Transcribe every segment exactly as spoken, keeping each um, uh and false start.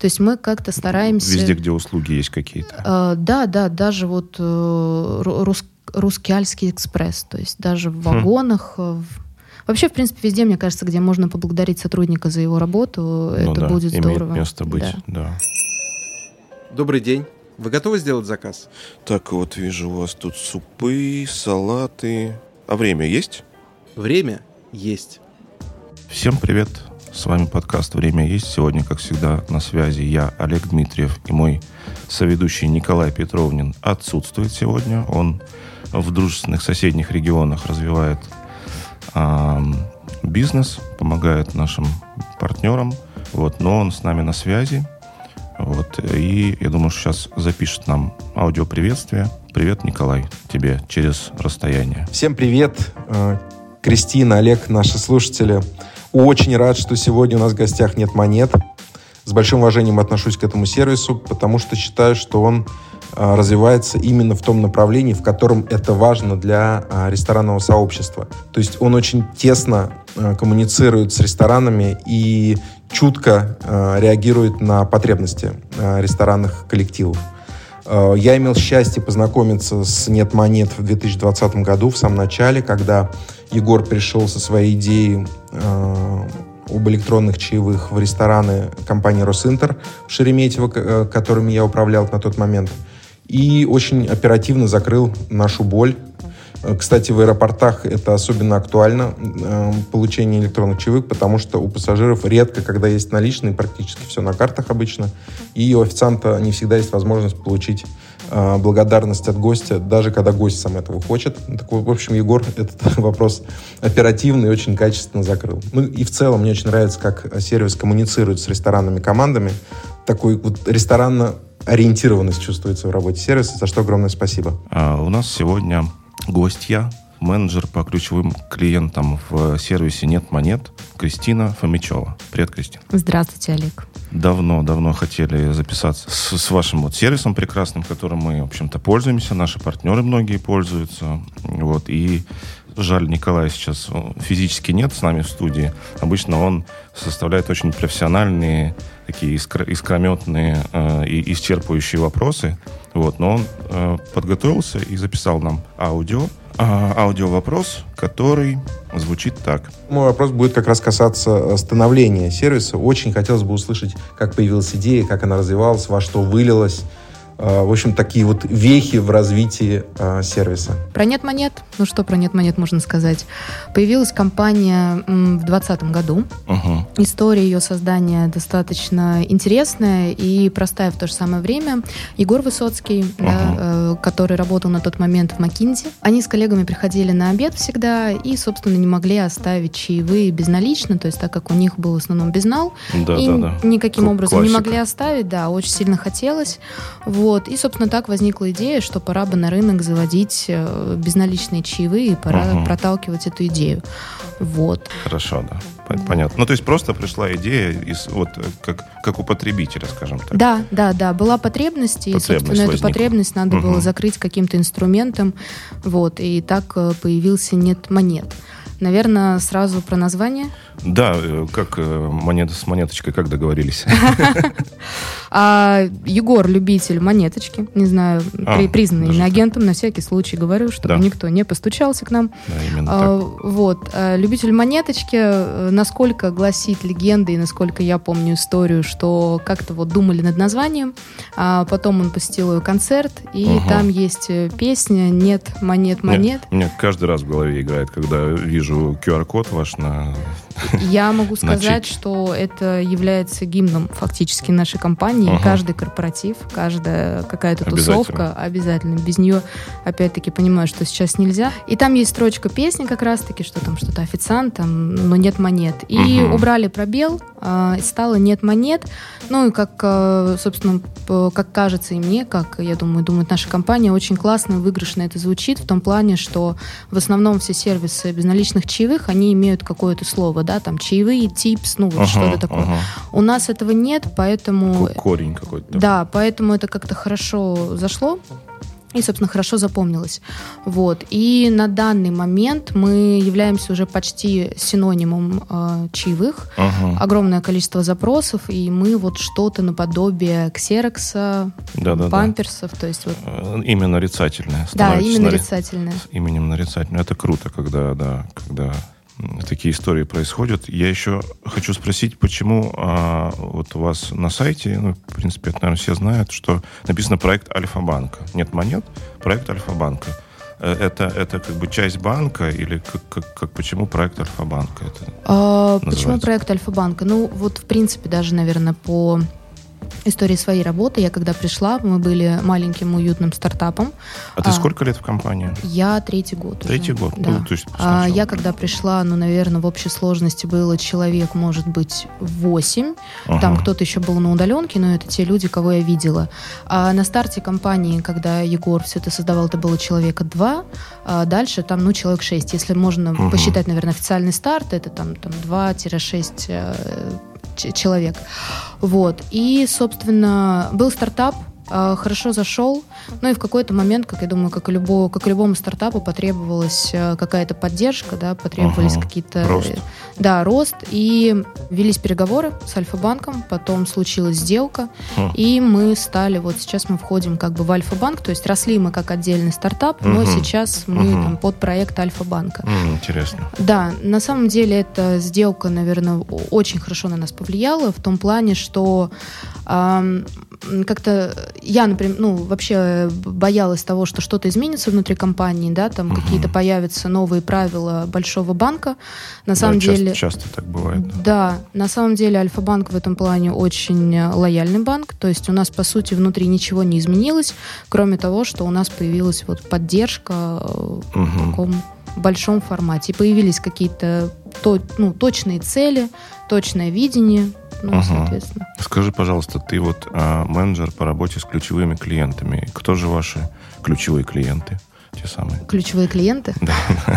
То есть мы как-то стараемся... Везде, где услуги есть какие-то. Э, да, да, даже вот э, рус, Русскеальский экспресс, то есть даже в вагонах... Хм. В... Вообще, в принципе, везде, мне кажется, где можно поблагодарить сотрудника за его работу, ну это да, будет здорово. Имеет место быть, да. да. Добрый день. Вы готовы сделать заказ? Так, вот вижу у вас тут супы, салаты. А время есть? Время есть. Всем привет. С вами подкаст «Время есть». Сегодня, как всегда, на связи я, Олег Дмитриев, и мой соведущий Николай Петровнин отсутствует сегодня. Он в дружественных соседних регионах развивает а, бизнес, помогает нашим партнерам. Вот, но он с нами на связи. Вот, и я думаю, что сейчас запишет нам аудиоприветствие. Привет, Николай, тебе через расстояние. Всем привет, Кристина, Олег, наши слушатели. Очень рад, что сегодня у нас в гостях «Нет монет». С большим уважением отношусь к этому сервису, потому что считаю, что он развивается именно в том направлении, в котором это важно для ресторанного сообщества. То есть он очень тесно коммуницирует с ресторанами и чутко реагирует на потребности ресторанных коллективов. Я имел счастье познакомиться с «Нет монет» в две тысячи двадцатом году, в самом начале, когда Егор пришел со своей идеей э, об электронных чаевых в рестораны компании «Росинтер» в Шереметьево, э, которыми я управлял на тот момент, и очень оперативно закрыл нашу боль. Кстати, в аэропортах это особенно актуально, э, получение электронных чаевых, потому что у пассажиров редко, когда есть наличные, практически все на картах обычно, и у официанта не всегда есть возможность получить э, благодарность от гостя, даже когда гость сам этого хочет. Так, в общем, Егор этот вопрос оперативно и очень качественно закрыл. Ну и в целом мне очень нравится, как сервис коммуницирует с ресторанными командами. Такой вот ресторанно ориентированность чувствуется в работе сервиса, за что огромное спасибо. А у нас сегодня гостья, менеджер по ключевым клиентам в сервисе «Нет монет» Кристина Фомичева. Привет, Кристина. Здравствуйте, Олег. Давно-давно хотели записаться с, с вашим вот сервисом прекрасным, которым мы, в общем-то, пользуемся. Наши партнеры многие пользуются. Вот. И жаль, Николая сейчас физически нет с нами в студии. Обычно он составляет очень профессиональные, такие искр- искрометные э, и исчерпывающие вопросы. Вот. Но он э, подготовился и записал нам аудио. А, аудиовопрос, который звучит так. Мой вопрос будет как раз касаться становления сервиса. Очень хотелось бы услышать, как появилась идея, как она развивалась, во что вылилась. В общем, такие вот вехи в развитии э, сервиса. Про «Нет монет», ну что про «Нет монет» можно сказать. Появилась компания м, в двадцатом году. Uh-huh. История ее создания достаточно интересная и простая в то же самое время. Егор Высоцкий, uh-huh. да, э, который работал на тот момент в Макинзи, они с коллегами приходили на обед всегда и, собственно, не могли оставить чаевые безналично, то есть так как у них был в основном безнал, да, и да, да. никаким К- образом классика. не могли оставить, да, очень сильно хотелось. Вот. Вот. И, собственно, так возникла идея, что пора бы на рынок заводить безналичные чаевые, и пора uh-huh. проталкивать эту идею. Вот. Хорошо, да. Понятно. Ну, то есть просто пришла идея, из, вот, как, как у потребителя, скажем так. Да, да, да. Была потребность, и, потребность собственно, возникла. Эту потребность надо uh-huh. было закрыть каким-то инструментом. Вот. И так появился «Нет монет». Наверное, сразу про название? Да, как монета с монеточкой, как договорились? А, Егор любитель монеточки, не знаю, а, при, признанный иноагентом, на всякий случай говорю, чтобы да. никто не постучался к нам. Да, именно а, так. Вот, а, любитель монеточки, насколько гласит легенда и насколько я помню историю, что как-то вот думали над названием, а потом он посетил ее концерт, и угу. там есть песня «Нет монет, монет». Мне, мне каждый раз в голове играет, когда вижу ку ар-код ваш на... Я могу сказать, что это является гимном фактически нашей компании. Ага. Каждый корпоратив, каждая какая-то тусовка обязательно. Без нее, опять-таки, понимаю, что сейчас нельзя. И там есть строчка песни как раз-таки, что там что-то официант, там, но нет монет. И ага. убрали пробел, э, стало «Нет монет». Ну и как, э, собственно, как кажется и мне, как, я думаю, думает наша компания, очень классно и выигрышно это звучит в том плане, что в основном все сервисы безналичных чаевых, они имеют какое-то слово, да, там чаевые, типс, ну вот ага, что-то такое. Ага. У нас этого нет, поэтому... Корень какой-то. Да, поэтому это как-то хорошо зашло. И, собственно, хорошо запомнилось. Вот. И на данный момент мы являемся уже почти синонимом э, чаевых. Uh-huh. Огромное количество запросов, и мы вот что-то наподобие ксерокса, памперсов. То есть вот... Имя нарицательное. Да, имя нарицательное. С именем нарицательное. Это круто, когда, да, когда такие истории происходят. Я еще хочу спросить, почему а, вот у вас на сайте, ну, в принципе, это, наверное, все знают, что написано проект Альфа-банка. Нет монет, проект Альфа-банка. Это, это как бы часть банка или как, как, как почему проект Альфа-банка? Это а, почему проект Альфа-банка? Ну, вот, в принципе, даже, наверное, по истории своей работы. Я когда пришла, мы были маленьким уютным стартапом. А ты а, сколько лет в компании? Я третий год Третий уже. год? Да. Ну, то есть а, я когда пришла, ну, наверное, в общей сложности было человек, может быть, восемь. Ага. Там кто-то еще был на удаленке, но это те люди, кого я видела. А на старте компании, когда Егор все это создавал, это было человека два. А дальше там, ну, человек шесть. Если можно ага. посчитать, наверное, официальный старт, это там, там два-шесть человек. Вот. И, собственно, был стартап, хорошо зашел, ну и в какой-то момент, как я думаю, как и, любого, как и любому стартапу, потребовалась какая-то поддержка, да, потребовались ага, какие-то... Рост. Да, рост. И велись переговоры с Альфа-банком, потом случилась сделка, ага. и мы стали, вот сейчас мы входим как бы в Альфа-банк, то есть росли мы как отдельный стартап, ага. но сейчас мы ага. там, под проект Альфа-банка. Ага, интересно. Да, на самом деле эта сделка, наверное, очень хорошо на нас повлияла, в том плане, что эм, как-то я, например, ну, вообще боялась того, что что-то изменится внутри компании, да, там угу. какие-то появятся новые правила большого банка. На самом да, деле... Часто, часто так бывает. Да. да, на самом деле Альфа-банк в этом плане очень лояльный банк, то есть у нас, по сути, внутри ничего не изменилось, кроме того, что у нас появилась вот поддержка угу. в таком большом формате. И появились какие-то то, ну, точные цели, точное видение. Ну, ага. соответственно. Скажи, пожалуйста, ты вот а, менеджер по работе с ключевыми клиентами. Кто же ваши ключевые клиенты? Те самые. Ключевые клиенты? Да.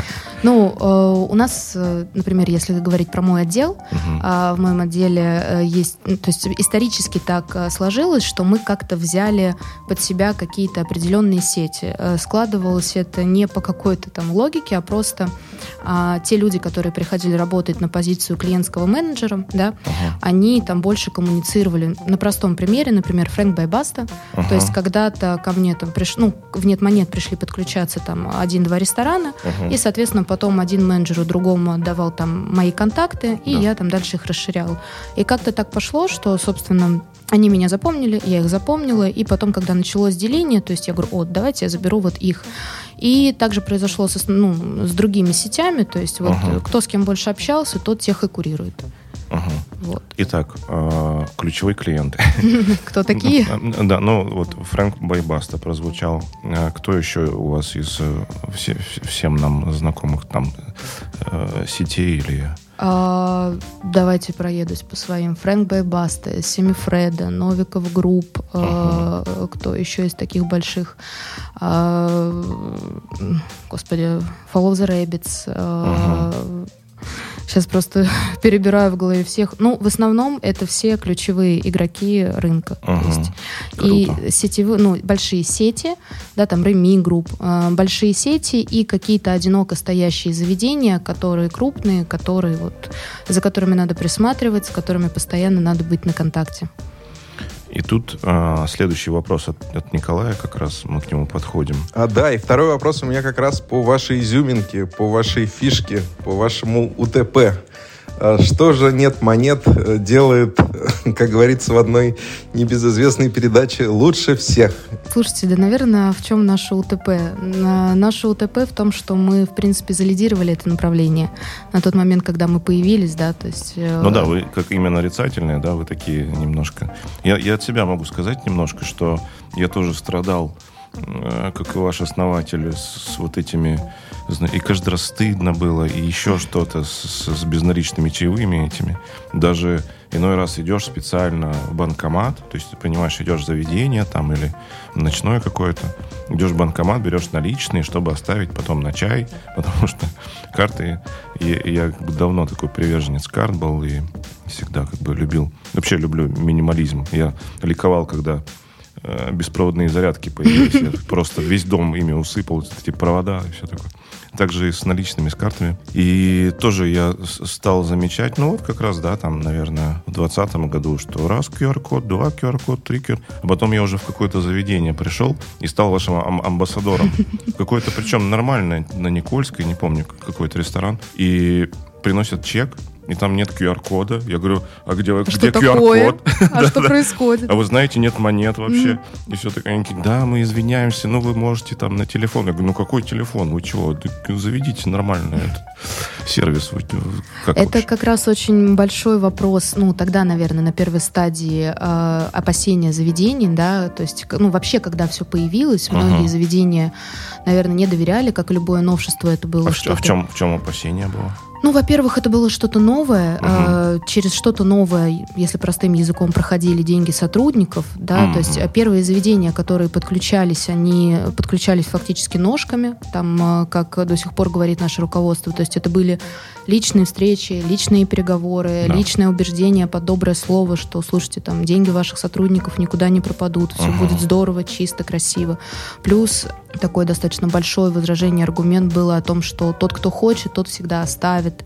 Ну, э, у нас, э, например, если говорить про мой отдел, uh-huh. э, в моем отделе э, есть, ну, то есть исторически так э, сложилось, что мы как-то взяли под себя какие-то определенные сети. Э, складывалось это не по какой-то там логике, а просто э, те люди, которые приходили работать на позицию клиентского менеджера, да, uh-huh. они там больше коммуницировали. На простом примере, например, Frank by Basta. Uh-huh. То есть когда-то ко мне там приш... ну, в Нет-Монет пришли подключаться там один-два ресторана, uh-huh. и, соответственно, потом один менеджеру другому отдавал там мои контакты, и да. я там дальше их расширяла. И как-то так пошло, что, собственно, они меня запомнили, я их запомнила, и потом, когда началось деление, то есть я говорю, о, давайте я заберу вот их. И также произошло со, ну, с другими сетями, то есть вот uh-huh. кто с кем больше общался, тот тех и курирует. Ага. Вот. Итак, э, ключевые клиенты. Кто такие? Да, ну вот Frank by Basta прозвучал. Кто еще у вас из все, всем нам знакомых там э, сетей или... А, давайте проедусь по своим. Frank by Basta, Семифреда, Новиков Групп. Uh-huh. А, кто еще из таких больших? А, господи, Fall of the Rabbits. А, uh-huh. Сейчас просто перебираю в голове всех. Ну, в основном это все ключевые игроки рынка. Ага, то есть. Круто. И сетевые, ну, большие сети, да, там Remy Group, э, большие сети и какие-то одиноко стоящие заведения, которые крупные, которые вот, за которыми надо присматривать, с которыми постоянно надо быть на контакте. И тут а, следующий вопрос от, от Николая, как раз мы к нему подходим. А, да, и второй вопрос у меня как раз по вашей изюминке, по вашей фишке, по вашему УТП. Что же Нет-Монет делает, как говорится в одной небезызвестной передаче, лучше всех? Слушайте, да, наверное, в чем наше УТП? Наше УТП в том, что мы, в принципе, залидировали это направление на тот момент, когда мы появились, да, то есть... Ну да, вы как имя нарицательное, да, вы такие немножко... Я, я от себя могу сказать немножко, что я тоже страдал, как и ваш основатель, с, с вот этими... И каждый раз стыдно было, и еще что-то с, с безналичными чаевыми этими. Даже иной раз идешь специально в банкомат, то есть ты понимаешь, идешь в заведение там или ночное какое-то, идешь в банкомат, берешь наличные, чтобы оставить потом на чай, потому что карты... И, и я как бы давно такой приверженец карт был и всегда как бы любил... Вообще люблю минимализм. Я ликовал, когда э, беспроводные зарядки появились. Просто весь дом ими усыпал, эти провода и все такое. Также и с наличными, с картами. И тоже я стал замечать, ну вот как раз, да, там, наверное, в двадцатом году, что раз ку ар-код, два ку ар-код, три ку ар. А потом я уже в какое-то заведение пришел и стал вашим ам- амбассадором. Какое-то, причем нормальное, на Никольской, не помню, какой-то ресторан. И приносят чек, и там нет ку ар-кода. Я говорю, а где, где ку ар-код? А что происходит? А вы знаете, нет монет вообще. И все такое. Они говорят, да, мы извиняемся, но вы можете там на телефон. Я говорю, ну какой телефон? Вы чего? Заведите нормально этот сервис. Это как раз очень большой вопрос. Ну, тогда, наверное, на первой стадии опасения заведений, да, то есть, ну, вообще, когда все появилось, многие заведения, наверное, не доверяли, как и любое новшество, это было что-то... А в чем, в чем опасение было? Ну, во-первых, это было что-то новое. Угу. Э, через что-то новое, если простым языком, проходили деньги сотрудников. Да, угу. То есть первые заведения, которые подключались, они подключались фактически ножками, там, как до сих пор говорит наше руководство. То есть это были личные встречи, личные переговоры, да. личное убеждение под доброе слово, что, слушайте, там, деньги ваших сотрудников никуда не пропадут, все угу. будет здорово, чисто, красиво. Плюс такое достаточно большое возражение, аргумент было о том, что тот, кто хочет, тот всегда оставит.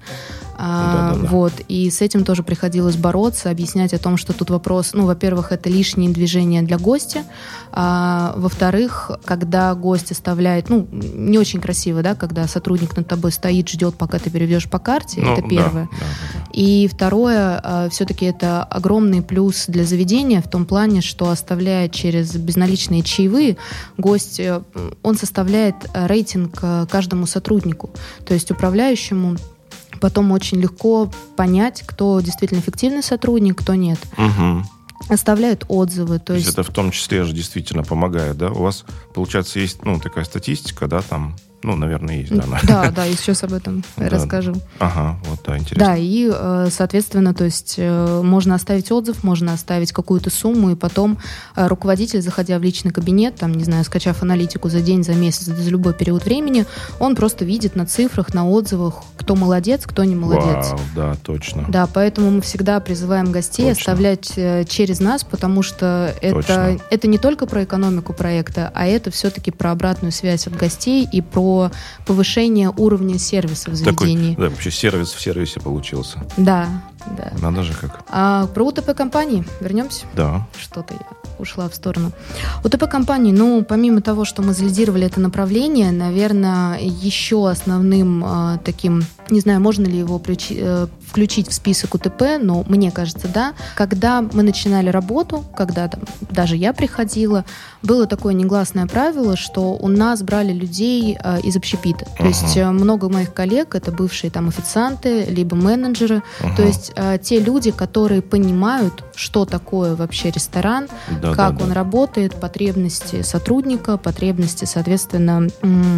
А, да, да, да. Вот. И с этим тоже приходилось бороться, объяснять о том, что тут вопрос, ну, во-первых, это лишние движения для гостя, а, во-вторых, когда гость оставляет, ну, не очень красиво, да, когда сотрудник над тобой стоит, ждет, пока ты переведешь по карте, ну, это первое. Да, да, да. И второе, а, все-таки это огромный плюс для заведения в том плане, что оставляя через безналичные чаевые, гость, он составляет рейтинг каждому сотруднику, то есть управляющему потом очень легко понять, кто действительно эффективный сотрудник, кто нет. Угу. Оставляют отзывы. То, то есть... есть это в том числе же действительно помогает, да? У вас, получается, есть, ну, такая статистика, да, там... Ну, наверное, есть, да. Да, да, и сейчас об этом расскажу. Ага, вот, да, интересно. Да, и, соответственно, то есть можно оставить отзыв, можно оставить какую-то сумму, и потом руководитель, заходя в личный кабинет, там, не знаю, скачав аналитику за день, за месяц, за любой период времени, он просто видит на цифрах, на отзывах, кто молодец, кто не молодец. Вау, да, точно. Да, поэтому мы всегда призываем гостей точно. Оставлять через нас, потому что это, это не только про экономику проекта, а это все-таки про обратную связь от гостей и про повышение уровня сервиса в заведении. Такой, да, вообще сервис в сервисе получился. Да, да. Надо же как. А про УТП-компании вернемся? Да. Что-то я ушла в сторону. УТП-компании, ну, помимо того, что мы залидировали это направление, наверное, еще основным э, таким, не знаю, можно ли его включи, э, включить в список УТП, но мне кажется, да. Когда мы начинали работу, когда там, даже я приходила, было такое негласное правило, что у нас брали людей э, из общепита. То uh-huh. есть э, много моих коллег, это бывшие там официанты, либо менеджеры, uh-huh. то есть э, те люди, которые понимают, что такое вообще ресторан, да, как да, он да. работает, потребности сотрудника, потребности, соответственно,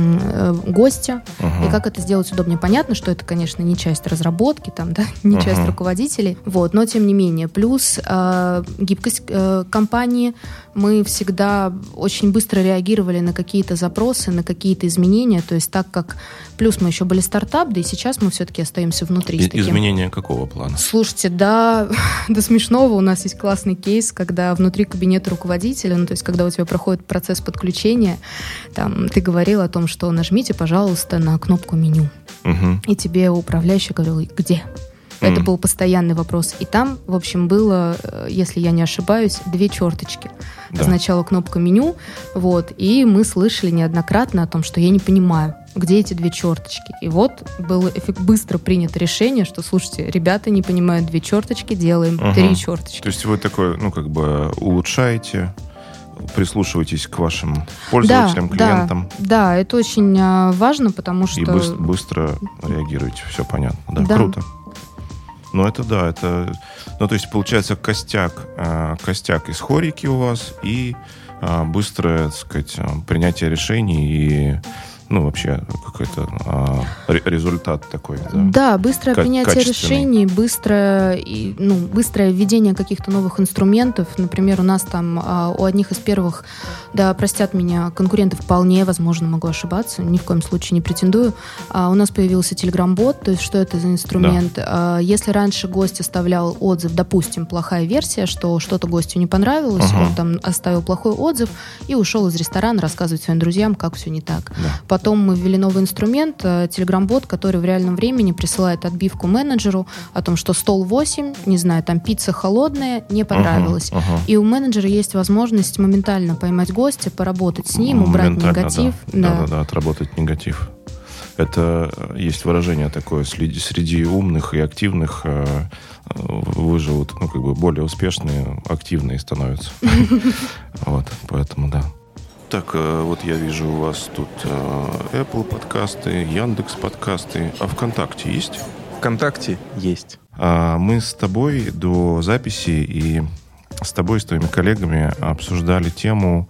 гостя, uh-huh. и как это сделать удобнее. Понятно, что это, конечно, не часть разработки, там, да, не uh-huh. часть руководителей, вот, но тем не менее. Плюс э, гибкость э, компании, мы всегда очень быстро реагировали на какие-то запросы, на какие-то изменения, то есть так как... Плюс мы еще были стартап, да и сейчас мы все-таки остаемся внутри. И, изменения какого плана? Слушайте, да, до смешного у нас есть классный кейс, когда внутри кабинета руководителя, ну то есть когда у тебя проходит процесс подключения, там ты говорил о том, что нажмите, пожалуйста, на кнопку меню. Угу. И тебе управляющий говорил, где? Это mm. был постоянный вопрос. И там, в общем, было, если я не ошибаюсь, две черточки. Да. Сначала кнопка меню, вот, и мы слышали неоднократно о том, что я не понимаю, где эти две черточки. И вот было быстро принято решение, что, слушайте, ребята не понимают две черточки, делаем uh-huh. три черточки. То есть вы такое, ну, как бы улучшаете, прислушивайтесь к вашим пользователям, да, клиентам. Да, да, это очень важно, потому что... И быстро, быстро реагируете, все понятно. Да, да. Круто. Ну, это да, это... Ну, то есть, получается, костяк, э, костяк из хорики у вас и э, быстрое, так сказать, принятие решений и ну, вообще какой-то а, результат такой. Да, да быстрое как принятие решений, быстрое, и, ну, быстрое введение каких-то новых инструментов. Например, у нас там а, у одних из первых, да, простят меня конкуренты, вполне возможно, могу ошибаться, ни в коем случае не претендую, а, у нас появился Telegram-бот. То есть что это за инструмент? Да. А, если раньше гость оставлял отзыв, допустим, плохая версия, что что-то гостю не понравилось, uh-huh. он там оставил плохой отзыв и ушел из ресторана рассказывать своим друзьям, как все не так. Да. Потом мы ввели новый инструмент, Telegram-бот, который в реальном времени присылает отбивку менеджеру о том, что стол восемь, не знаю, там пицца холодная, не понравилась. Uh-huh, uh-huh. И у менеджера есть возможность моментально поймать гостя, поработать с ним, убрать негатив. Да. Да. Да, да, да, отработать негатив. Это есть выражение такое, среди, среди умных и активных э, выживут, ну, как бы более успешные, активные становятся. Вот, поэтому да. Так, вот я вижу у вас тут Apple подкасты, Яндекс подкасты. А ВКонтакте есть? ВКонтакте есть. А мы с тобой до записи и с тобой, с твоими коллегами обсуждали тему,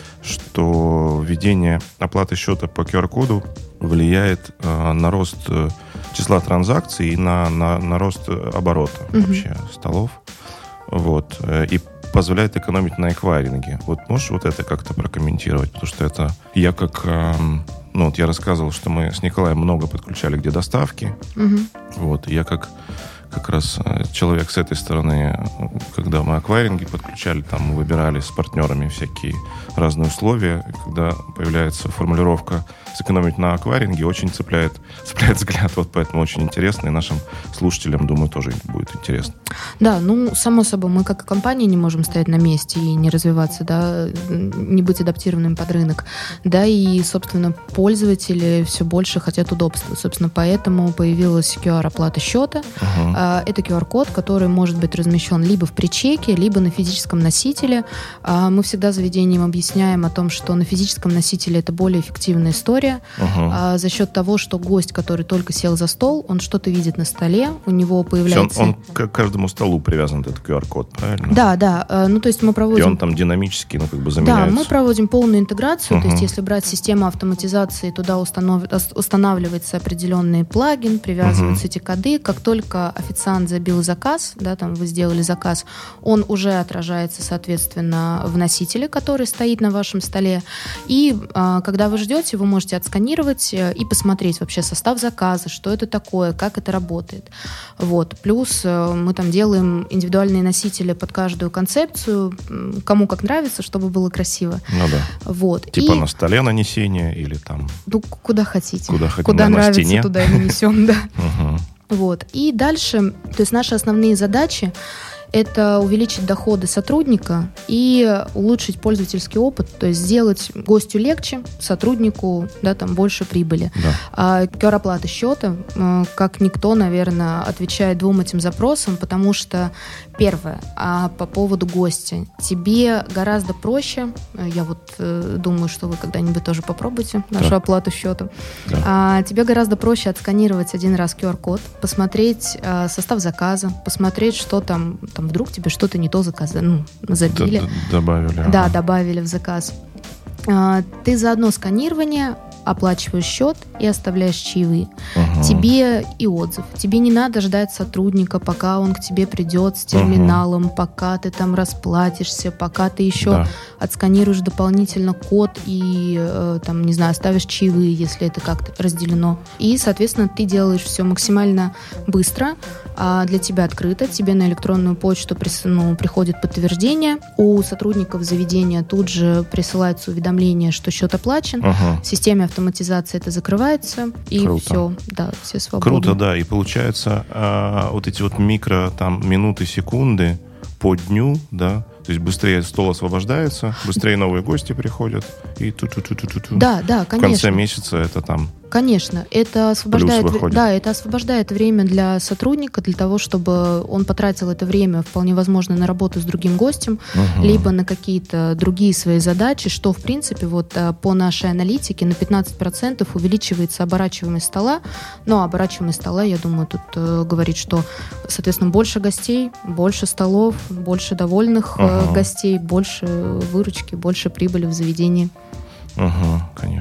что введение оплаты счета по ку ар-коду влияет на рост числа транзакций и на, на, на рост оборота mm-hmm. вообще столов. Вот. И позволяет экономить на эквайринге. Вот можешь вот это как-то прокомментировать? Потому что это я как... Эм, ну, вот я рассказывал, что мы с Николаем много подключали где доставки. Угу. Вот. Я как, как раз человек с этой стороны, когда мы аквайринги подключали, там мы выбирали с партнерами всякие разные условия. Когда появляется формулировка «сэкономить на аквайринге», очень цепляет, цепляет взгляд. Вот поэтому очень интересно. И нашим слушателям, думаю, тоже будет интересно. Да, ну, само собой, мы как компания не можем стоять на месте и не развиваться, да, не быть адаптированными под рынок. Да, и, собственно, пользователи все больше хотят удобства. Собственно, поэтому появилась ку ар-оплата счета. Uh-huh. Это ку ар-код, который может быть размещен либо в причеке, либо на физическом носителе. Мы всегда заведениям объясняем о том, что на физическом носителе это более эффективная история. Uh-huh. За счет того, что гость, который только сел за стол, он что-то видит на столе, у него появляется... Он, он к каждому столу привязан этот ку ар-код, правильно? Да, да. Ну, то есть мы проводим... И он там динамически, ну, как бы заменяется. Да, мы проводим полную интеграцию. Uh-huh. То есть если брать систему автоматизации, туда установ... устанавливается определенный плагин, привязываются uh-huh. эти коды. Как только официант забил заказ, да, там вы сделали заказ, он уже отражается, соответственно, в носителе, который стоит на вашем столе. И а, когда вы ждете, вы можете отсканировать и посмотреть вообще состав заказа, что это такое, как это работает. Вот. Плюс мы там делаем индивидуальные носители под каждую концепцию, кому как нравится, чтобы было красиво. Ну да. Вот. Типа и... на столе нанесение или там... Ну, куда хотите. Куда хотите. Куда на нравится, стене. туда и нанесем, да. Угу. Вот. И дальше, то есть наши основные задачи — это увеличить доходы сотрудника и улучшить пользовательский опыт, то есть сделать гостю легче, сотруднику, да, там больше прибыли. Да. А ку ар-оплата счета, как никто, наверное, отвечает двум этим запросам, потому что первое, а по поводу гостя, тебе гораздо проще, я вот э, думаю, что вы когда-нибудь тоже попробуйте нашу да. оплату счета, да. а, тебе гораздо проще отсканировать один раз ку ар-код, посмотреть а, состав заказа, посмотреть, что там, там вдруг тебе что-то не то заказали, ну, забили. Д- добавили. Да, ага. добавили в заказ. А, ты за одно сканирование оплачиваешь счет и оставляешь чаевые. Uh-huh. Тебе и отзыв. Тебе не надо ждать сотрудника, пока он к тебе придет с терминалом, uh-huh. пока ты там расплатишься, пока ты еще да. отсканируешь дополнительно код и, э, там, не знаю, оставишь чаевые, если это как-то разделено. И, соответственно, ты делаешь все максимально быстро, а для тебя открыто, тебе на электронную почту прис... ну, приходит подтверждение, у сотрудников заведения тут же присылается уведомление, что счет оплачен, uh-huh. в системе автоматизации это закрывается, и Круто. все, да, все свободны. Круто, да, и получается а, вот эти вот микро, там, минуты, секунды по дню, да, то есть быстрее стол освобождается, быстрее новые гости приходят, и ту-ту-ту-ту-ту. Да, да, конечно. В конце месяца это там... Конечно, это освобождает, да, это освобождает время для сотрудника, для того, чтобы он потратил это время, вполне возможно, на работу с другим гостем, угу. либо на какие-то другие свои задачи, что, в принципе, вот по нашей аналитике на пятнадцать процентов увеличивается оборачиваемость стола. Но оборачиваемость стола, я думаю, тут э, говорит, что, соответственно, больше гостей, больше столов, больше довольных угу. э, гостей, больше выручки, больше прибыли в заведении. Угу, конечно.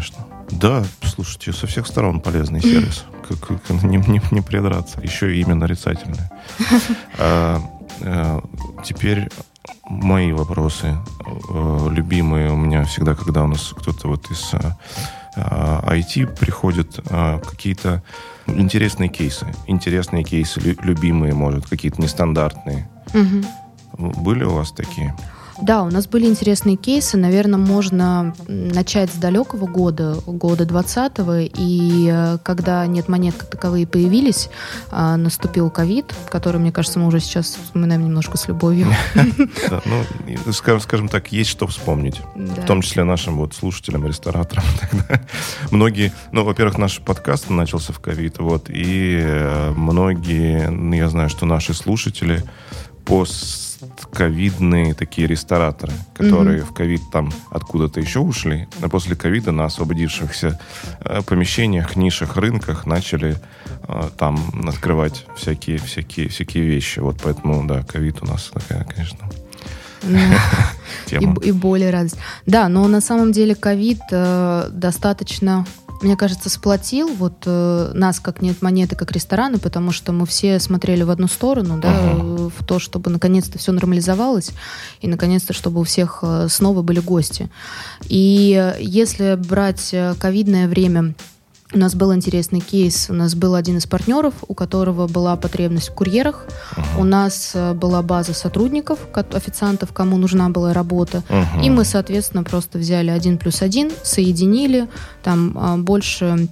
Да, слушайте, со всех сторон полезный сервис. Как, как не, не, не придраться. Еще и имя нарицательное. А, а, теперь мои вопросы. Любимые у меня всегда, когда у нас кто-то вот из а, ай ти приходит, а, какие-то интересные кейсы. Интересные кейсы, любимые, может, какие-то нестандартные. Угу. Были у вас такие? Да, у нас были интересные кейсы. Наверное, можно начать с далекого года, года двадцатого. И когда «Нет монет» как таковые появились, наступил ковид, который, мне кажется, мы уже сейчас вспоминаем немножко с любовью. Да, ну, скажем так, есть что вспомнить. В том числе нашим вот слушателям, рестораторам. Многие, ну, во-первых, наш подкаст начался в ковид, вот, и многие, ну, я знаю, что наши слушатели постковидные такие рестораторы, которые mm-hmm. в ковид там откуда-то еще ушли, а после ковида на освободившихся э, помещениях, нишах, рынках начали э, там открывать всякие, всякие, всякие вещи. Вот поэтому, да, ковид у нас такая, конечно, тема. И более радость. Да, но на самом деле ковид достаточно... мне кажется, сплотил вот э, нас, как «Нет монеты», как рестораны, потому что мы все смотрели в одну сторону, да, uh-huh. в то, чтобы наконец-то все нормализовалось, и наконец-то, чтобы у всех э, снова были гости. И если брать ковидное время, у нас был интересный кейс. У нас был один из партнеров, у которого была потребность в курьерах. Uh-huh. У нас была база сотрудников, официантов, кому нужна была работа. Uh-huh. И мы, соответственно, просто взяли один плюс один, соединили. Там больше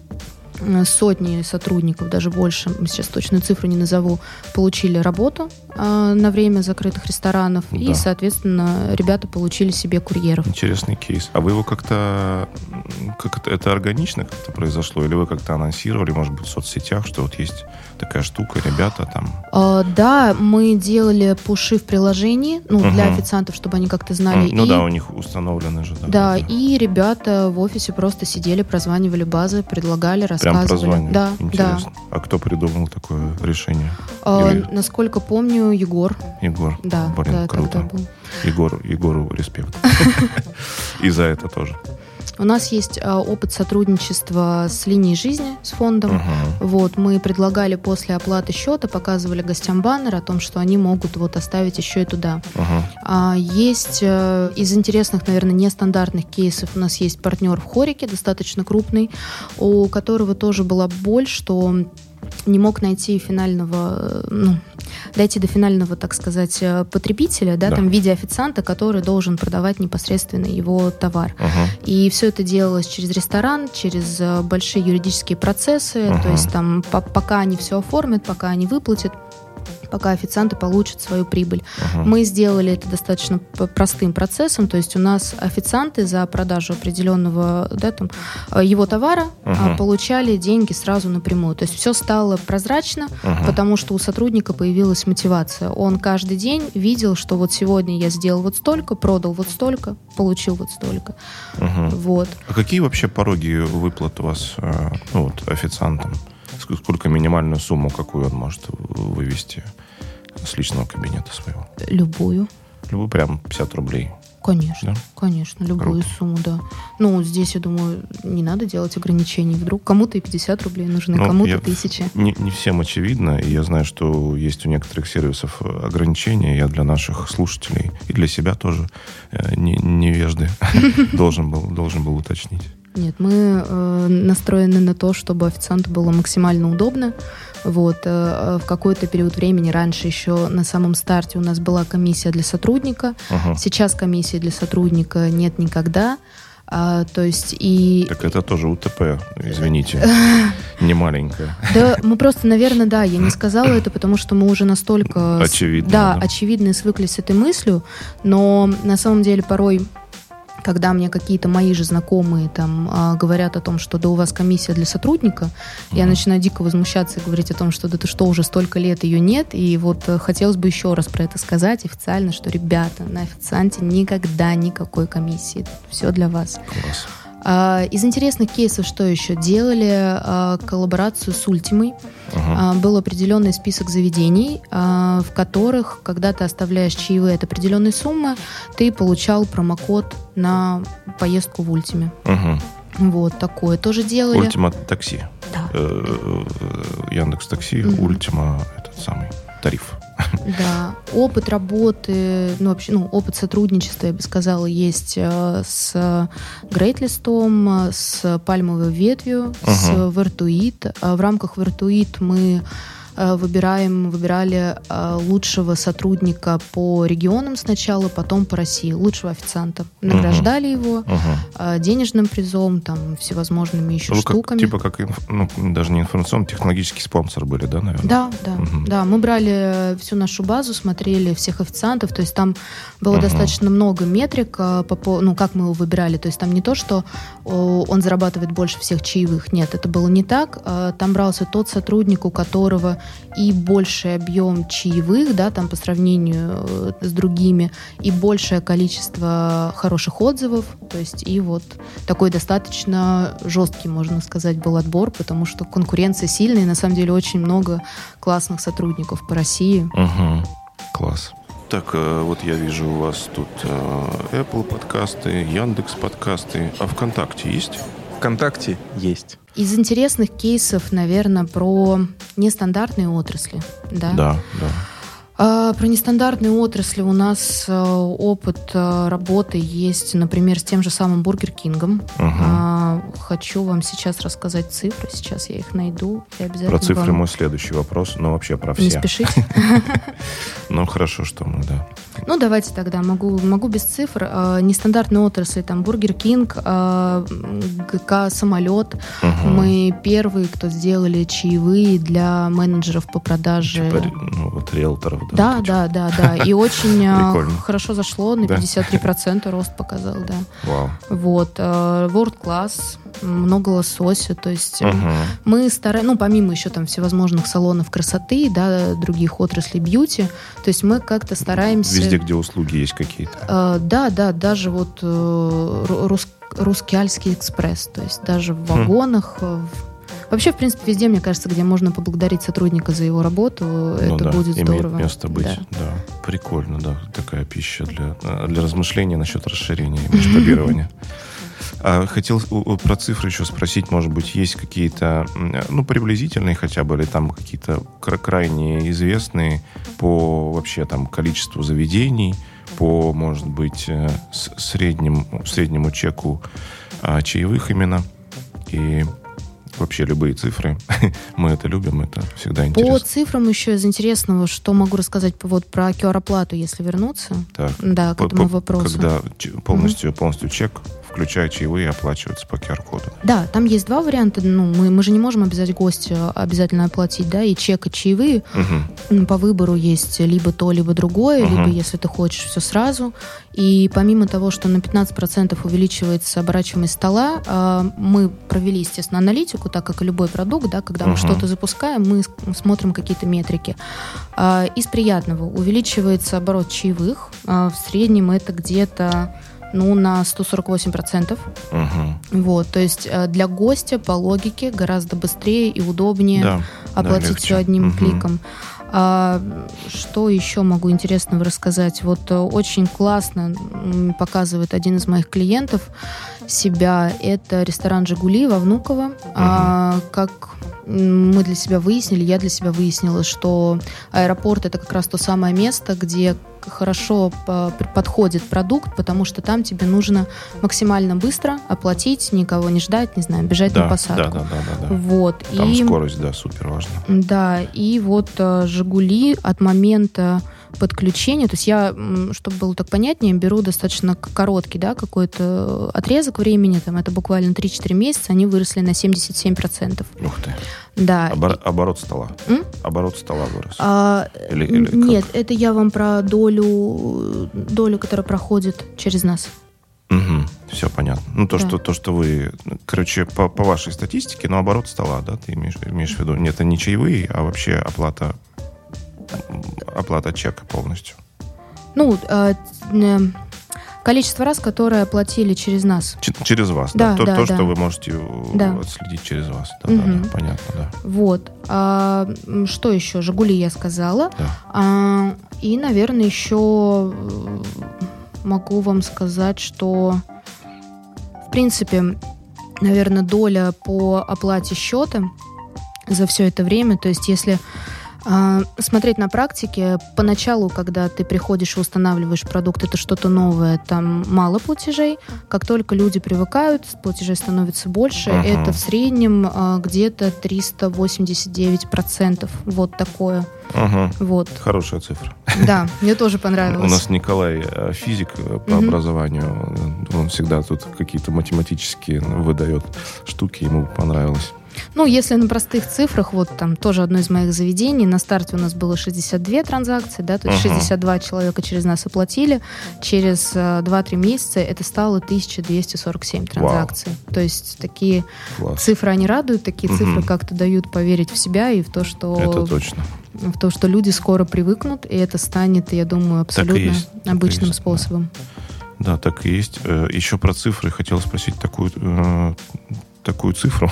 сотни сотрудников, даже больше, сейчас точную цифру не назову, получили работу э, на время закрытых ресторанов, да. И, соответственно, ребята получили себе курьеров. Интересный кейс. А вы его как-то, как это, это органично как-то произошло? Или вы как-то анонсировали, может быть, в соцсетях, что вот есть такая штука, ребята там? Э, да, мы делали пуши в приложении, ну, угу. для официантов, чтобы они как-то знали. Ну и, да, у них установлены же. Да, да, да, и ребята в офисе просто сидели, прозванивали базы, предлагали, рассказывали. Прям прозванивали? Да, интересно. Да. А кто придумал такое решение? Э, Или... Насколько помню, Егор. Егор. Да, Блин, да, круто. был. Егору, Егору респект. И за это тоже. У нас есть а, опыт сотрудничества с линией жизни, с фондом. Uh-huh. Вот, мы предлагали после оплаты счета, показывали гостям баннер о том, что они могут вот оставить еще и туда. Uh-huh. А, есть а, из интересных, наверное, нестандартных кейсов у нас есть партнер в Хорике, достаточно крупный, у которого тоже была боль, что не мог найти финального, ну, дойти до финального, так сказать, потребителя, да, да. там в виде официанта, который должен продавать непосредственно его товар. Uh-huh. И все это делалось через ресторан, через большие юридические процессы, uh-huh. то есть там по- пока они все оформят, пока они выплатят, пока официанты получат свою прибыль. Uh-huh. Мы сделали это достаточно простым процессом, то есть у нас официанты за продажу определенного, да, там, его товара uh-huh. получали деньги сразу напрямую. То есть все стало прозрачно, uh-huh. потому что у сотрудника появилась мотивация. Он каждый день видел, что вот сегодня я сделал вот столько, продал вот столько, получил вот столько. Uh-huh. Вот. А какие вообще пороги выплат у вас, ну, вот, официантам? Сколько минимальную сумму, какую он может вывести с личного кабинета своего? Любую. Любую, прям пятьдесят рублей? Конечно, да? Конечно, любую Круто. Сумму, да. Ну, здесь, я думаю, не надо делать ограничений. Вдруг кому-то и пятьдесят рублей нужны, ну, кому-то тысяча. Не, не всем очевидно, и я знаю, что есть у некоторых сервисов ограничения. Я для наших слушателей и для себя тоже не, невежды должен был, должен был уточнить. Нет, мы э, настроены на то, чтобы официанту было максимально удобно. Вот, э, в какой-то период времени, раньше еще на самом старте у нас была комиссия для сотрудника. Uh-huh. Сейчас комиссии для сотрудника нет никогда. А, то есть и... Так это тоже УТП, извините, не маленькая. Да, мы просто, наверное, да, я не сказала это, потому что мы уже настолько... Очевидно. Да, да, очевидно и свыклись с этой мыслью, но на самом деле порой... Когда мне какие-то мои же знакомые там а, говорят о том, что да у вас комиссия для сотрудника, mm-hmm. я начинаю дико возмущаться и говорить о том, что да ты что, уже столько лет ее нет, и вот а, хотелось бы еще раз про это сказать официально, что, ребята, на официанте никогда никакой комиссии, все для вас. Класс. А, из интересных кейсов что еще? Делали а, коллаборацию с Ультимой. Uh-huh. А, был определенный список заведений, а, в которых, когда ты оставляешь чаевые от определенной суммы, ты получал промокод на поездку в Ультиме. Uh-huh. Вот такое тоже делали. Ультима такси. Да. Яндекс Такси, mm-hmm. Ультима, этот самый тариф. Да, опыт работы, ну вообще, ну опыт сотрудничества, я бы сказала, есть с Грейтлистом, с Пальмовой ветвью, uh-huh. с Vertuit. В рамках Vertuit мы выбираем, выбирали лучшего сотрудника по регионам сначала, потом по России, лучшего официанта. Награждали uh-huh. его uh-huh. денежным призом, там, всевозможными еще Вы штуками. Как, типа как, ну, даже не информационный, технологический спонсор были, да, наверное? Да, да, uh-huh. да. Мы брали всю нашу базу, смотрели всех официантов, то есть там было uh-huh. достаточно много метрик, ну, как мы его выбирали, то есть там не то, что он зарабатывает больше всех чаевых, нет, это было не так. Там брался тот сотрудник, у которого и больший объем чаевых, да, там по сравнению с другими, и большее количество хороших отзывов, то есть и вот такой достаточно жесткий, можно сказать, был отбор, потому что конкуренция сильная, и на самом деле очень много классных сотрудников по России. Угу. Класс. Так, вот я вижу у вас тут Apple подкасты, Яндекс подкасты, а ВКонтакте есть? ВКонтакте есть. Из интересных кейсов, наверное, про нестандартные отрасли. Да, да. да. А, про нестандартные отрасли у нас а, опыт а, работы есть, например, с тем же самым Бургер Кингом. Угу. А, хочу вам сейчас рассказать цифры. Сейчас я их найду. Я обязательно про цифры вам... мой следующий вопрос, но вообще про все. Не спешите. Ну, хорошо, что мы, да. Ну, давайте тогда, могу, могу без цифр. А, нестандартные отрасли, там, Бургер Кинг, а, ГК «Самолет». Угу. Мы первые, кто сделали чаевые для менеджеров по продаже. Типа, ну, вот риэлторов, да? Да, вот да, да, да. И очень Прикольно. Хорошо зашло, на Да. пятьдесят три процента рост показал, да. Вау. Вот. World Class, много лосося, то есть Угу. мы стараемся, ну, помимо еще там всевозможных салонов красоты, да, других отраслей бьюти, то есть мы как-то стараемся... Везде, где услуги есть какие-то. Э, да, да, даже вот э, рус, русский Альский экспресс, то есть даже в вагонах, хм. в Вообще, в принципе, везде, мне кажется, где можно поблагодарить сотрудника за его работу, ну, это да, будет здорово. Имеет место быть, да. да. Прикольно, да. Такая пища для, для размышления насчет расширения масштабирования. Хотел про цифры еще спросить, может быть, есть какие-то, ну, приблизительные хотя бы, или там какие-то крайне известные по вообще там количеству заведений, по, может быть, среднему, среднему чеку чаевых именно, и вообще любые цифры. Мы это любим, это всегда интересно. По цифрам еще из интересного, что могу рассказать вот про ку ар-оплату, если вернуться. Так. Да, к по, этому по, вопросу. Когда полностью, mm-hmm. полностью чек, включая чаевые, оплачивается по ку ар-коду. Да, там есть два варианта. Ну, мы, мы же не можем обязать гостя обязательно оплатить, да, и чек, и чаевые. Mm-hmm. По выбору есть либо то, либо другое, mm-hmm. либо если ты хочешь все сразу. И помимо того, что на пятнадцать процентов увеличивается оборачиваемость стола, мы провели, естественно, аналитику, так как и любой продукт, да, когда мы uh-huh. что-то запускаем, мы смотрим какие-то метрики. Из приятного увеличивается оборот чаевых. В среднем это где-то ну, на сто сорок восемь процентов. Uh-huh. Вот, то есть для гостя по логике гораздо быстрее и удобнее да, оплатить да, все одним uh-huh. кликом. А, что еще могу интересного рассказать? Вот очень классно показывает один из моих клиентов себя. Это ресторан «Жигули» во Внуково. Uh-huh. А, как мы для себя выяснили, я для себя выяснила, что аэропорт — это как раз то самое место, где хорошо подходит продукт, потому что там тебе нужно максимально быстро оплатить, никого не ждать, не знаю, бежать да, на посадку. Да, да, да, да, да. Вот. Там и, скорость, да, супер важна. Да, и вот «Жигули» от момента подключения, то есть я, чтобы было так понятнее, беру достаточно короткий, да, какой-то отрезок времени, там это буквально три-четыре месяца, они выросли на семьдесят семь процентов. Ух ты. Да. Обор- оборот стола. М? Оборот стола вырос. А, или, или нет, это я вам про долю, долю, которая проходит через нас. Угу, все понятно. Ну, то, да. что, то, что вы... Короче, по, по вашей статистике, ну, оборот стола, да, ты имеешь, имеешь в виду? Нет, это не чаевые, а вообще оплата, оплата чека полностью. Ну, э, э, количество раз, которые оплатили через нас. Ч- через вас, да. да. То, да, то да. что вы можете да. отследить через вас. Да, угу. да, да, понятно, да. Вот. А, что еще? «Жигули» я сказала. Да. А, и, наверное, еще могу вам сказать, что, в принципе, наверное, доля по оплате счета за все это время. То есть если э, смотреть на практике, поначалу, когда ты приходишь и устанавливаешь продукт, это что-то новое, там мало платежей. Как только люди привыкают, платежей становится больше. Uh-huh. Это в среднем э, где-то триста восемьдесят девять процентов. Вот такое. Ага. Вот. Хорошая цифра. Да, мне тоже понравилось. У нас Николай физик по угу. образованию. Он всегда тут какие-то математические выдает штуки, ему понравилось. Ну, если на простых цифрах, вот там тоже одно из моих заведений, на старте у нас было шестьдесят две транзакции, да, то есть uh-huh. шестьдесят два человека через нас оплатили, через э, два-три месяца это стало тысяча двести сорок семь транзакций. Wow. То есть такие Класс. Цифры, они радуют, такие uh-huh. цифры как-то дают поверить в себя и в то, что... Это точно. В то, что люди скоро привыкнут, и это станет, я думаю, абсолютно есть, обычным есть, способом. Да. да, так и есть. Еще про цифры хотел спросить такую... такую цифру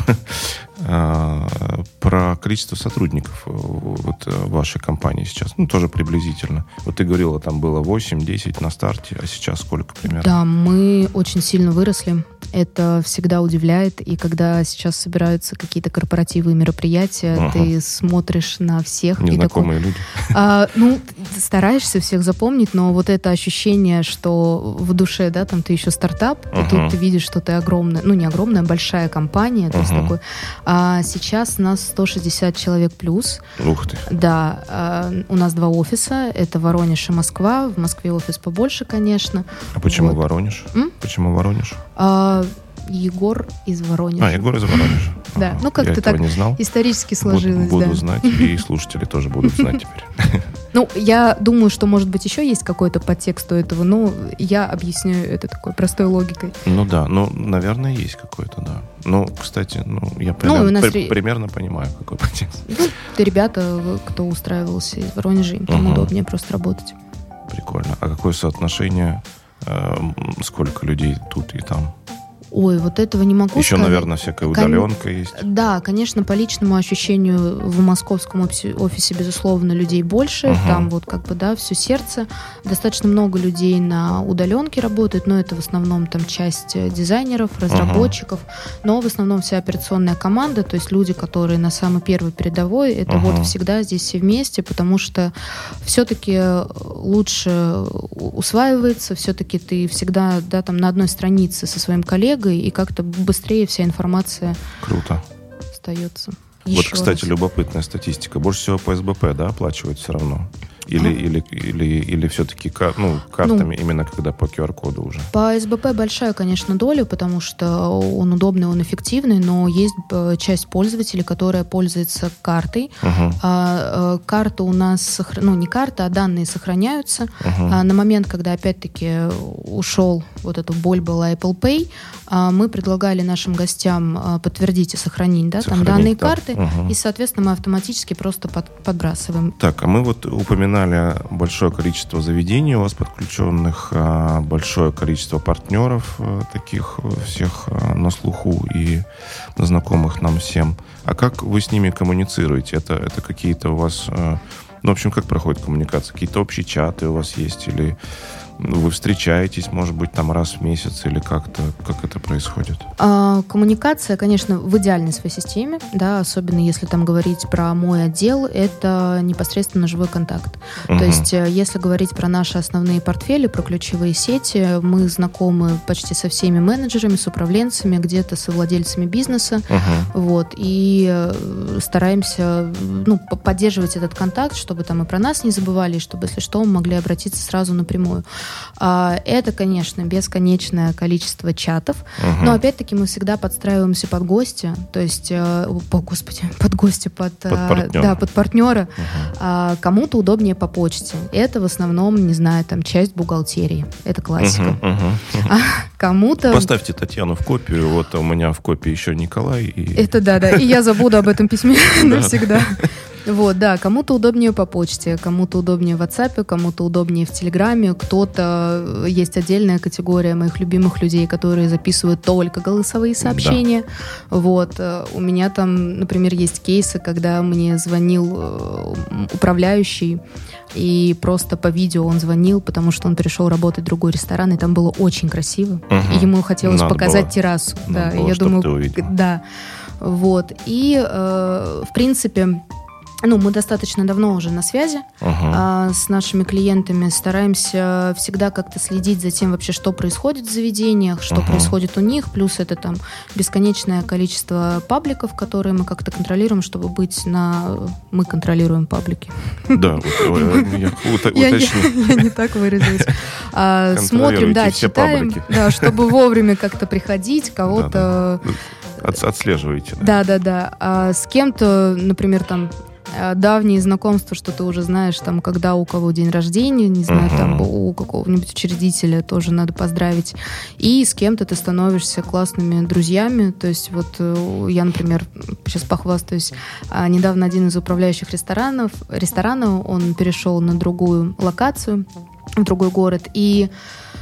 про количество сотрудников вот, вашей компании сейчас. Ну, тоже приблизительно. Вот ты говорила, там было восемь-десять на старте, а сейчас сколько примерно? Да, мы очень сильно выросли. Это всегда удивляет. И когда сейчас собираются какие-то корпоративы и мероприятия, ага. ты смотришь на всех. Незнакомые и такой, люди. А, ну, стараешься всех запомнить, но вот это ощущение, что в душе, да, там ты еще стартап, ага. и тут ты видишь, что ты огромная, ну, не огромная, большая компания. То есть такой. А сейчас нас сто шестьдесят человек плюс. Ух ты. Да. А, у нас два офиса. Это Воронеж и Москва. В Москве офис побольше, конечно. А почему вот. Воронеж? М? Почему Воронеж? А, Егор из Воронежа. А, Егор из Воронежа. Да, ну как-то так не знал. Исторически сложилось. Буду, буду да. знать, и слушатели тоже будут знать теперь. Ну, я думаю, что, может быть, еще есть какой-то подтекст у этого, но я объясняю это такой простой логикой. Ну да, ну, наверное, есть какой-то, да. Ну, кстати, ну, я примерно, ну, при, ре... примерно понимаю, какой подтекст. Ну, это ребята, кто устраивался из Воронежа, им там uh-huh. удобнее просто работать. Прикольно. А какое соотношение, э, сколько людей тут и там? Ой, вот этого не могу Еще, сказать. наверное, всякая удаленка Кон... есть. Да, конечно, по личному ощущению в московском офисе, офисе безусловно, людей больше. Uh-huh. Там вот как бы, да, все сердце. Достаточно много людей на удаленке работает, но это в основном там часть дизайнеров, разработчиков. Uh-huh. Но в основном вся операционная команда, то есть люди, которые на самой первой передовой, это uh-huh. вот всегда здесь все вместе, потому что все-таки лучше усваивается, все-таки ты всегда, да, там на одной странице со своим коллегой, и как-то быстрее вся информация Круто. остается. Вот, Еще кстати, раз. любопытная статистика. Больше всего по эс бэ пэ, да, оплачивают все равно? Или, а? или, или, или все-таки кар, ну, картами, ну, именно когда по ку ар-коду уже? По эс бэ пэ большая, конечно, доля, потому что он удобный, он эффективный, но есть часть пользователей, которая пользуется картой. Uh-huh. А, карта у нас, ну, не карта, а данные сохраняются. Uh-huh. А, на момент, когда, опять-таки, ушел, вот эта боль была Apple Pay, а, мы предлагали нашим гостям а, подтвердить и сохранить, да, сохранить, там данные да. карты, Uh-huh. и, соответственно, мы автоматически просто под, подбрасываем. Так, а мы вот упоминали большое количество заведений у вас подключенных, большое количество партнеров таких всех на слуху и знакомых нам всем. А как вы с ними коммуницируете? Это, это какие-то у вас... Ну, в общем, как проходит коммуникация? Какие-то общие чаты у вас есть? Или вы встречаетесь, может быть, там раз в месяц? Или как-то, как это происходит? А, коммуникация, конечно, в идеальной своей системе, да, особенно если там говорить про мой отдел, это непосредственно живой контакт. Uh-huh. То есть, если говорить про наши основные портфели, про ключевые сети, мы знакомы почти со всеми менеджерами, с управленцами, где-то со владельцами бизнеса, uh-huh. вот, и стараемся, ну, поддерживать этот контакт, чтобы там и про нас не забывали, и чтобы, если что, мы могли обратиться сразу напрямую. Это, конечно, бесконечное количество чатов, uh-huh. но, опять-таки, мы всегда подстраиваемся под гостя, то есть, о, господи, под гостя, под, под партнера, да, под партнера. Uh-huh. Кому-то удобнее по почте. Это в основном, не знаю, там, часть бухгалтерии. Это классика. Uh-huh, uh-huh, uh-huh. А кому-то... Поставьте Татьяну в копию, вот у меня в копии еще Николай. И... Это да, да, и я забуду об этом письме навсегда. Вот, да, кому-то удобнее по почте, кому-то удобнее в WhatsApp, кому-то удобнее в Телеграме, кто-то, есть отдельная категория моих любимых людей, которые записывают только голосовые сообщения. Да. Вот, у меня там, например, есть кейсы, когда мне звонил управляющий, и просто по видео он звонил, потому что он перешел работать в другой ресторан, и там было очень красиво. Угу. И ему хотелось Надо показать было. террасу. Надо да, было, я думаю, ты увидел. да. Вот. И, э, в принципе, ну, мы достаточно давно уже на связи uh-huh. э, с нашими клиентами, стараемся всегда как-то следить за тем вообще, что происходит в заведениях, что uh-huh. происходит у них, плюс это там бесконечное количество пабликов, которые мы как-то контролируем, чтобы быть на... Мы контролируем паблики. Да, я уточню. Я не так выразилась. Смотрим, да, читаем, чтобы вовремя как-то приходить, кого-то... Отслеживаете. Да, да, да. А с кем-то, например, там давние знакомства, что ты уже знаешь, там, когда у кого день рождения, не знаю, uh-huh. там, у какого-нибудь учредителя тоже надо поздравить. И с кем-то ты становишься классными друзьями. То есть вот я, например, сейчас похвастаюсь, недавно один из управляющих ресторанов, ресторана, он перешел на другую локацию, в другой город, и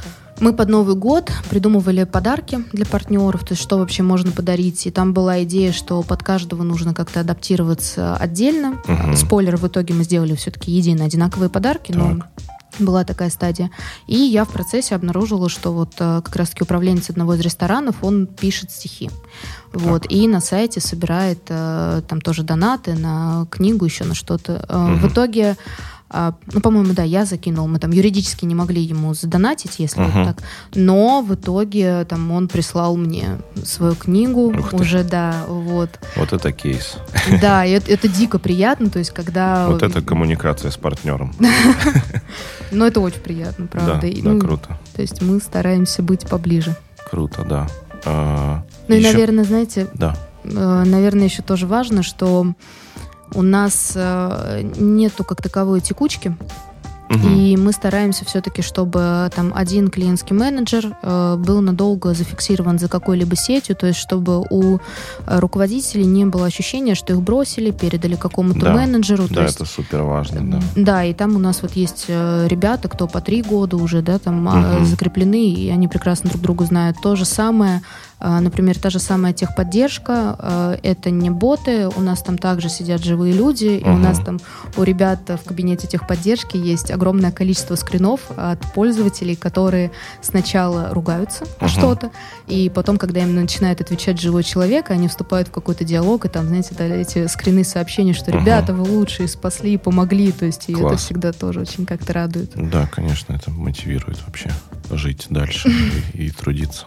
мы под Новый год придумывали подарки для партнеров, то есть что вообще можно подарить. И там была идея, что под каждого нужно как-то адаптироваться отдельно. Uh-huh. Спойлер, в итоге мы сделали все-таки единые одинаковые подарки, так. но была такая стадия. И я в процессе обнаружила, что вот как раз-таки управленец одного из ресторанов, он пишет стихи. Вот, и на сайте собирает там тоже донаты на книгу, еще на что-то. Uh-huh. В итоге... Ну, по-моему, да, я закинул. Мы там юридически не могли ему задонатить, если uh-huh. вот так. Но в итоге там он прислал мне свою книгу. Уже, да, вот. Вот это кейс. Да, и это, это дико приятно, то есть когда... Вот это коммуникация с партнером. Ну, это очень приятно, правда. Да, круто. То есть мы стараемся быть поближе. Круто, да. Ну и, наверное, знаете, да. наверное, еще тоже важно, что у нас э, нету как таковой текучки, угу. и мы стараемся все-таки, чтобы там один клиентский менеджер э, был надолго зафиксирован за какой-либо сетью, то есть чтобы у руководителей не было ощущения, что их бросили, передали какому-то да. менеджеру. Да, то есть, это супер важно. Да. да, и там у нас вот есть ребята, кто по три года уже, да, там угу. закреплены, и они прекрасно друг друга знают. То же самое. Например, та же самая техподдержка, это не боты, у нас там также сидят живые люди, и uh-huh. у нас там у ребят в кабинете техподдержки есть огромное количество скринов от пользователей, которые сначала ругаются на uh-huh. что-то, и потом, когда им начинает отвечать живой человек, они вступают в какой-то диалог, и там, знаете, эти скрины сообщения, что ребята, uh-huh. вы лучшие, спасли, помогли, то есть и это всегда тоже очень как-то радует. Да, конечно, это мотивирует вообще жить дальше и, и трудиться.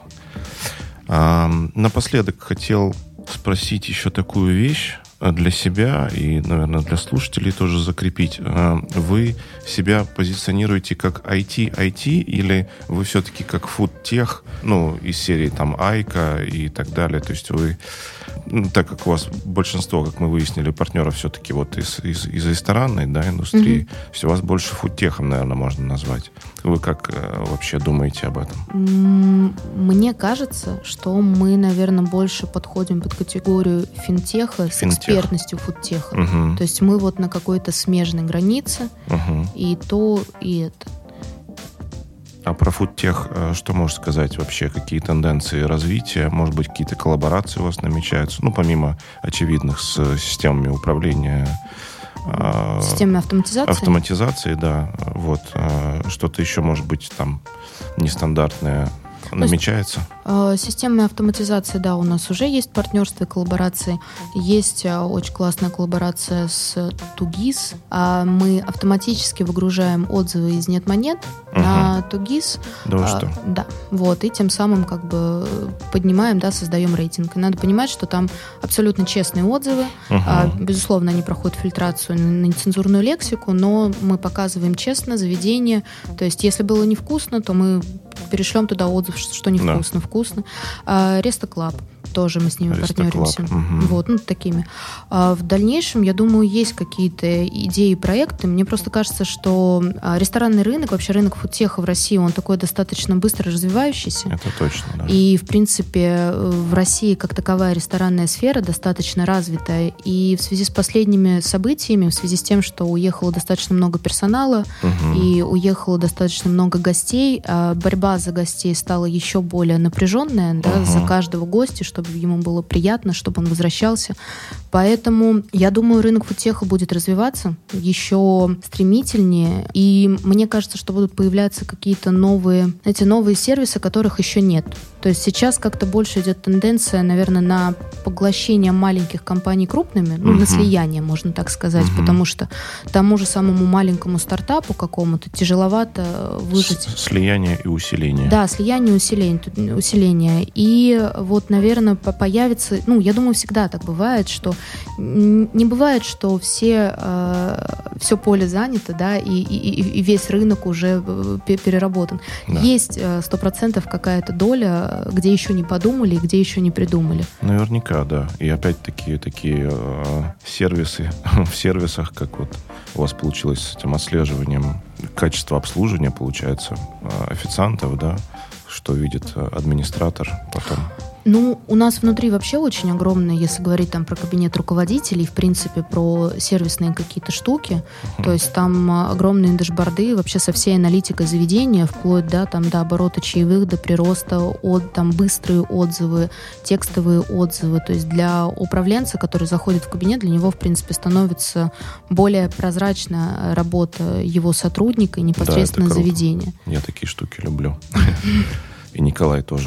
А, напоследок хотел спросить еще такую вещь для себя и, наверное, для слушателей тоже закрепить. А, вы себя позиционируете как ай ти ай ти или вы все-таки как фудтех, ну, из серии там Айка и так далее? То есть вы, ну, так как у вас большинство, как мы выяснили, партнеров все-таки вот из, из, из ресторанной, да, индустрии, mm-hmm. то есть у вас больше фудтехом, наверное, можно назвать. Вы как э, вообще думаете об этом? Мне кажется, что мы, наверное, больше подходим под категорию финтеха с Финтех. экспертностью фудтеха. Угу. То есть мы вот на какой-то смежной границе, угу. и то, и это. А про фудтех что можешь сказать вообще? Какие тенденции развития? Может быть, какие-то коллаборации у вас намечаются? Ну, помимо очевидных с системами управления... Системы автоматизации? Автоматизации, да. Вот. Что-то еще, может быть, там нестандартное намечается? Системы автоматизации, да, у нас уже есть партнерство и коллаборации. Есть очень классная коллаборация с Тугис. Мы автоматически выгружаем отзывы из NetMonет uh-huh. на Тугис. Да вы что? Да. Вот. И тем самым как бы поднимаем, да, создаем рейтинг. И надо понимать, что там абсолютно честные отзывы. Uh-huh. Безусловно, они проходят фильтрацию на нецензурную лексику, но мы показываем честно заведение. То есть, если было невкусно, то мы перешлем туда отзыв, что невкусно, да. вкусно. Реста Клаб. тоже мы с ними Аристоклаб. партнеримся. Угу. Вот, ну, такими. А в дальнейшем, я думаю, есть какие-то идеи, проекты. Мне просто кажется, что ресторанный рынок, вообще рынок фудтеха в России, он такой достаточно быстро развивающийся. Это точно, да. И, в принципе, в России как таковая ресторанная сфера достаточно развитая. И в связи с последними событиями, в связи с тем, что уехало достаточно много персонала, угу. и уехало достаточно много гостей, а борьба за гостей стала еще более напряженная, да, угу. за каждого гостя, чтобы ему было приятно, чтобы он возвращался. Поэтому, я думаю, рынок фудтеха будет развиваться еще стремительнее. И мне кажется, что будут появляться какие-то новые, эти новые сервисы, которых еще нет. То есть сейчас как-то больше идет тенденция, наверное, на поглощение маленьких компаний крупными, ну, uh-huh. на слияние, можно так сказать, uh-huh. потому что тому же самому маленькому стартапу какому-то тяжеловато выжить. Слияние и усиление. Да, слияние и усиление, усиление. И вот, наверное, появится, ну, я думаю, всегда так бывает, что не бывает, что все, э, все поле занято, да, и, и, и весь рынок уже переработан. Да. Есть сто процентов какая-то доля, где еще не подумали и где еще не придумали. Наверняка, да. И опять-таки такие э, сервисы в сервисах, как вот у вас получилось с этим отслеживанием качества обслуживания, получается, э, официантов, да, что видит администратор потом. Ну, у нас внутри вообще очень огромное, если говорить там про кабинет руководителей, в принципе, про сервисные какие-то штуки. Uh-huh. То есть там огромные дэшборды вообще со всей аналитикой заведения, вплоть, да, там, до оборота чаевых, до прироста, от, там, быстрые отзывы, текстовые отзывы. То есть для управленца, который заходит в кабинет, для него, в принципе, становится более прозрачная работа его сотрудника и непосредственно да, заведения. Я такие штуки люблю. И Николай тоже.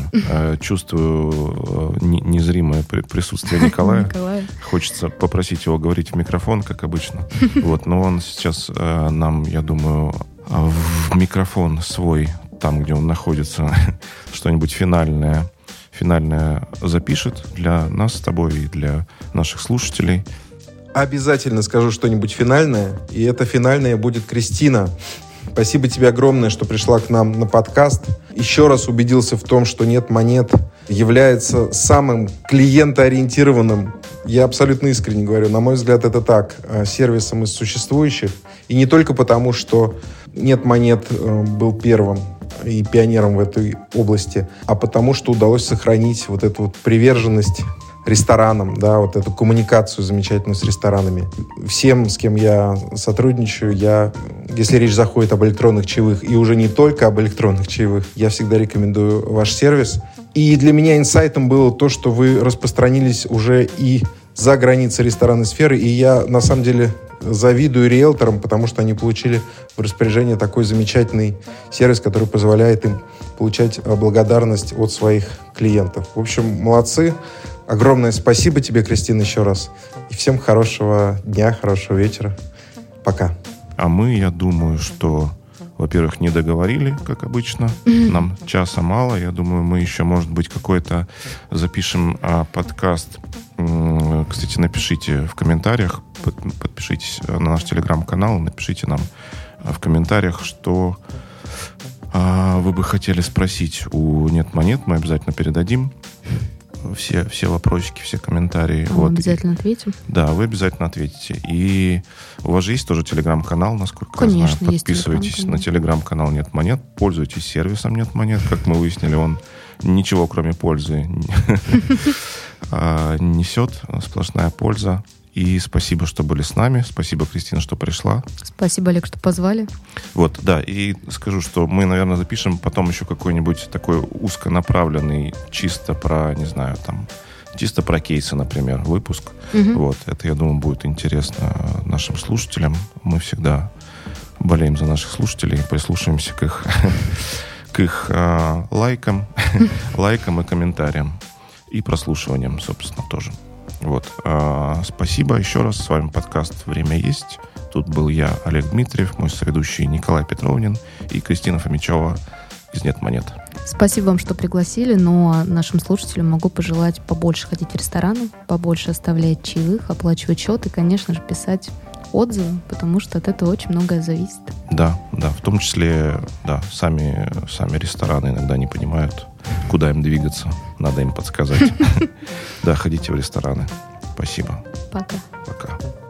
Чувствую незримое присутствие Николая. Николай. Хочется попросить его говорить в микрофон, как обычно. Вот, но он сейчас нам, я думаю, в микрофон свой, там, где он находится, что-нибудь финальное, финальное запишет для нас с тобой и для наших слушателей. Обязательно скажу что-нибудь финальное, и это финальное будет Кристина. Спасибо тебе огромное, что пришла к нам на подкаст. Еще раз убедился в том, что «Нет монет» является самым клиентоориентированным, я абсолютно искренне говорю, на мой взгляд, это так, сервисом из существующих. И не только потому, что «Нет монет» был первым и пионером в этой области, а потому, что удалось сохранить вот эту вот приверженность ресторанам, да, вот эту коммуникацию замечательную с ресторанами. Всем, с кем я сотрудничаю, я, если речь заходит об электронных чаевых, и уже не только об электронных чаевых, я всегда рекомендую ваш сервис. И для меня инсайтом было то, что вы распространились уже и за границы ресторанной сферы, и я, на самом деле, завидую риэлторам, потому что они получили в распоряжение такой замечательный сервис, который позволяет им получать благодарность от своих клиентов. В общем, молодцы. Огромное спасибо тебе, Кристина, еще раз. И всем хорошего дня, хорошего вечера. Пока. А мы, я думаю, что, во-первых, не договорили, как обычно. Нам часа мало. Я думаю, мы еще, может быть, какой-то запишем а, подкаст. Кстати, напишите в комментариях, под, подпишитесь на наш телеграм-канал, напишите нам в комментариях, что а, вы бы хотели спросить у «Нет монет». Мы обязательно передадим. Все, все вопросики, все комментарии. А вот. Обязательно и, ответим. Да, вы обязательно ответите. И у вас же есть тоже телеграм-канал, насколько Конечно, я знаю. Подписывайтесь есть на телеграм-канал «Нет монет». Пользуйтесь сервисом «Нет монет». Как мы выяснили, он ничего, кроме пользы, несет. Сплошная польза. И спасибо, что были с нами. Спасибо, Кристина, что пришла. Спасибо, Олег, что позвали. Вот, да. И скажу, что мы, наверное, запишем потом еще какой-нибудь такой узконаправленный, чисто про, не знаю, там, чисто про кейсы, например, выпуск. Угу. Вот. Это, я думаю, будет интересно нашим слушателям. Мы всегда болеем за наших слушателей, прислушиваемся к их, к их а, лайкам, лайкам и комментариям. И прослушиваниям, собственно, тоже. Вот. А, спасибо еще раз. С вами подкаст «Время есть». Тут был я, Олег Дмитриев, мой соведущий Николай Петровнин и Кристина Фомичева из «Нет монет». Спасибо вам, что пригласили, но нашим слушателям могу пожелать побольше ходить в рестораны, побольше оставлять чаевых, оплачивать счет и, конечно же, писать отзывы, потому что от этого очень многое зависит. Да, да, в том числе, да, сами, сами рестораны иногда не понимают, куда им двигаться. Надо им подсказать. Да, ходите в рестораны. Спасибо. Пока. Пока.